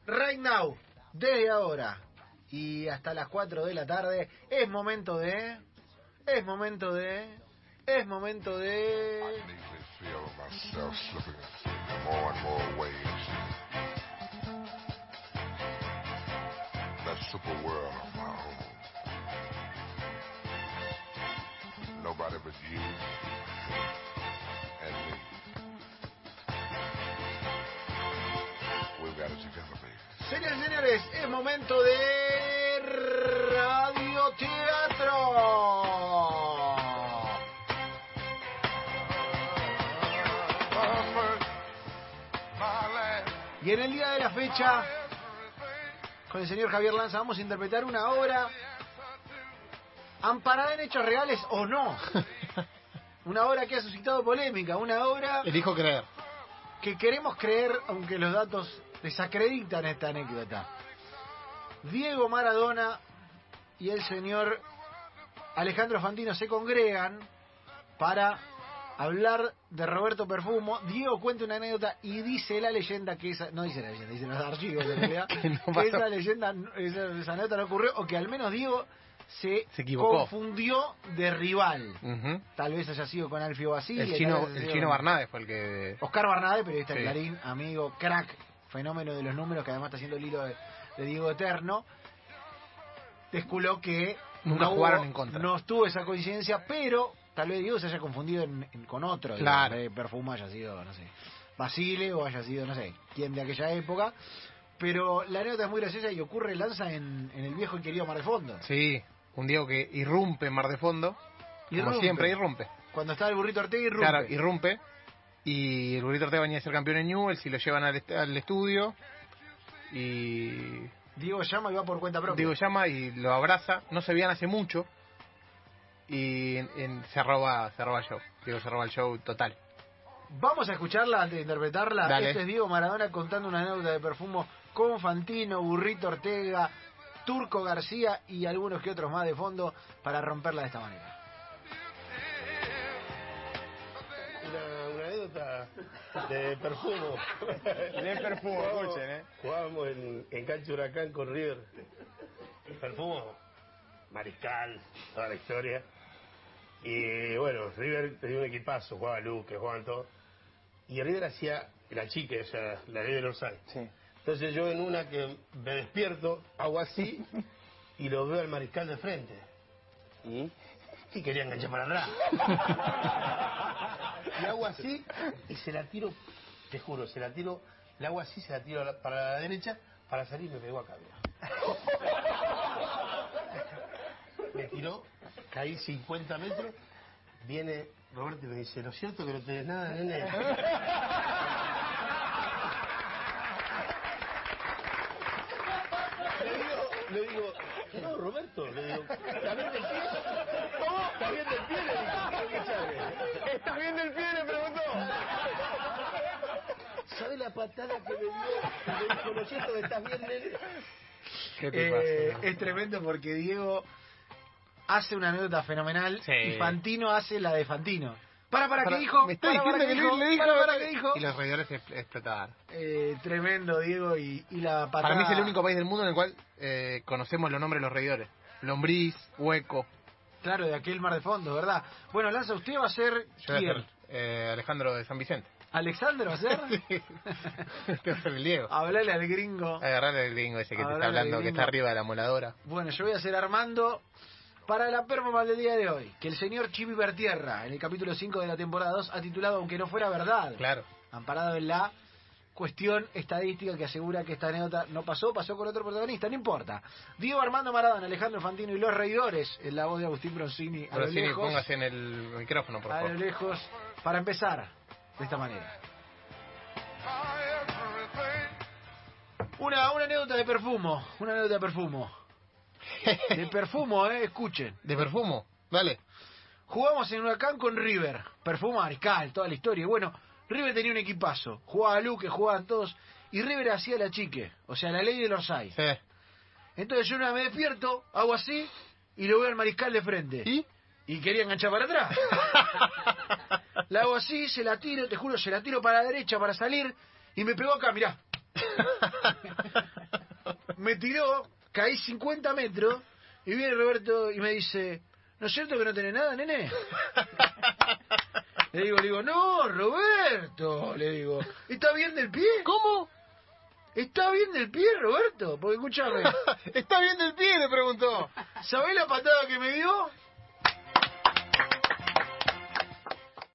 right now, desde ahora y hasta las 4 de la tarde, es momento de... Nobody but you and me. We've got it together, baby. Señores y señores, es momento de radioteatro. Y en el día de la fecha, con el señor Javier Lanza, vamos a interpretar una obra amparada en hechos reales o no. Una obra que ha suscitado polémica, una obra... Elijo creer. Que queremos creer, aunque los datos desacreditan esta anécdota. Diego Maradona y el señor Alejandro Fantino se congregan para hablar de Roberto Perfumo. Diego cuenta una anécdota y dice la leyenda que esa... No dice la leyenda, dice los archivos en realidad. que esa leyenda, esa anécdota no ocurrió, o que al menos Diego se equivocó, confundió de rival. Uh-huh. Tal vez haya sido con Alfio Basile. El chino Barnade fue el que... Oscar Barnade, periodista de Clarín, amigo, crack, fenómeno de los números, que además está haciendo el hilo de Diego Eterno. Desculó que nunca jugaron en contra. No estuvo esa coincidencia, pero tal vez Diego se haya confundido con otro. Claro. Perfumo haya sido, no sé, Basile, o haya sido, no sé, quién de aquella época. Pero la anécdota es muy graciosa y ocurre, Lanza, en el viejo y querido Mar de Fondo. Sí, un Diego que irrumpe en Mar de Fondo. Como siempre, irrumpe. Cuando estaba el Burrito Ortega, irrumpe. Claro, irrumpe. Y el Burrito Ortega venía a ser campeón en Newell's y lo llevan al estudio. Y... Diego llama y va por cuenta propia. Diego llama y lo abraza. No se veían hace mucho. Y se roba el show. Diego se roba el show total. Vamos a escucharla antes de interpretarla. Dale. Este es Diego Maradona contando una anécdota de Perfumo con Fantino, Burrito Ortega, Turco García y algunos que otros más de fondo para romperla de esta manera. Una anécdota de Perfumo. De Perfumo, escuchen, Jugábamos en Cancha Huracán con River. Perfumo, mariscal, toda la historia. Y bueno, River tenía un equipazo, jugaba Luque, jugaban todos. Y River hacía la chique, o sea, la ley del Orsay. Sí. Entonces yo en una que me despierto, hago así y lo veo al mariscal de frente. Y quería enganchar para atrás. Y hago así y se la tiro, te juro, se la tiro, le hago así, se la tiro para la derecha, para salir me pegó acá, mira. Me tiró, caí 50 metros, viene Roberto y me dice, ¿lo cierto que no tenés nada, nene? Le digo, no, Roberto, le digo, ¿estás bien del pie? ¿Cómo? ¿Estás bien del pie? Le digo, ¿qué sabe? ¿Estás bien del pie? Le preguntó. ¿Sabes la patada que me dio? Le dijo, ¿lo cierto que estás bien, nene? ¿Qué te pasa? Es tremendo porque Diego hace una anécdota fenomenal, sí. Y Fantino hace la de Fantino. ¿Para qué dijo? Me está diciendo que le dijo. ¿Para qué dijo? Y los reidores explotaban. Tremendo, Diego, y la patada... Para mí es el único país del mundo en el cual conocemos los nombres de los reidores. Lombriz, Hueco. Claro, de aquel Mar de Fondo, ¿verdad? Bueno, Lanza, usted va a ser... Yo voy a ser Alejandro de San Vicente. ¿Alexandro va a ser? Sí. Te va a ser el Diego. Hablale al gringo. Agarrarle al gringo ese que te está hablando, que está arriba de la moladora. Bueno, yo voy a ser Armando... Para la performance del día de hoy, que el señor Chibi Bertierra, en el capítulo 5 de la temporada 2, ha titulado Aunque no fuera verdad. Claro. Amparado en la cuestión estadística que asegura que esta anécdota no pasó con otro protagonista, no importa. Diego Armando Maradona, Alejandro Fantino y los reidores, en la voz de Agustín Bronzini, a lo lejos. Póngase en el micrófono, por favor. A lo lejos, para empezar de esta manera. Una anécdota de Perfumo, De Perfumo, escuchen. De Perfumo, dale. Jugamos en Huracán con River. Perfumo mariscal, toda la historia. Bueno, River tenía un equipazo. Jugaba Luque, jugaban todos. Y River hacía la chique. O sea, la ley del Orsay. Sí. Entonces yo una vez me despierto, hago así, y lo veo al mariscal de frente. Y quería enganchar para atrás. La hago así, se la tiro, te juro, se la tiro para la derecha para salir. Y me pegó acá, mirá. me tiró, caí 50 metros, y viene Roberto y me dice, ¿no es cierto que no tenés nada, nene? Le digo, no, Roberto, le digo, ¿está bien del pie? ¿Cómo? ¿Está bien del pie, Roberto? Porque escúchame, ¿Está bien del pie? Le preguntó. ¿sabés la patada que me dio?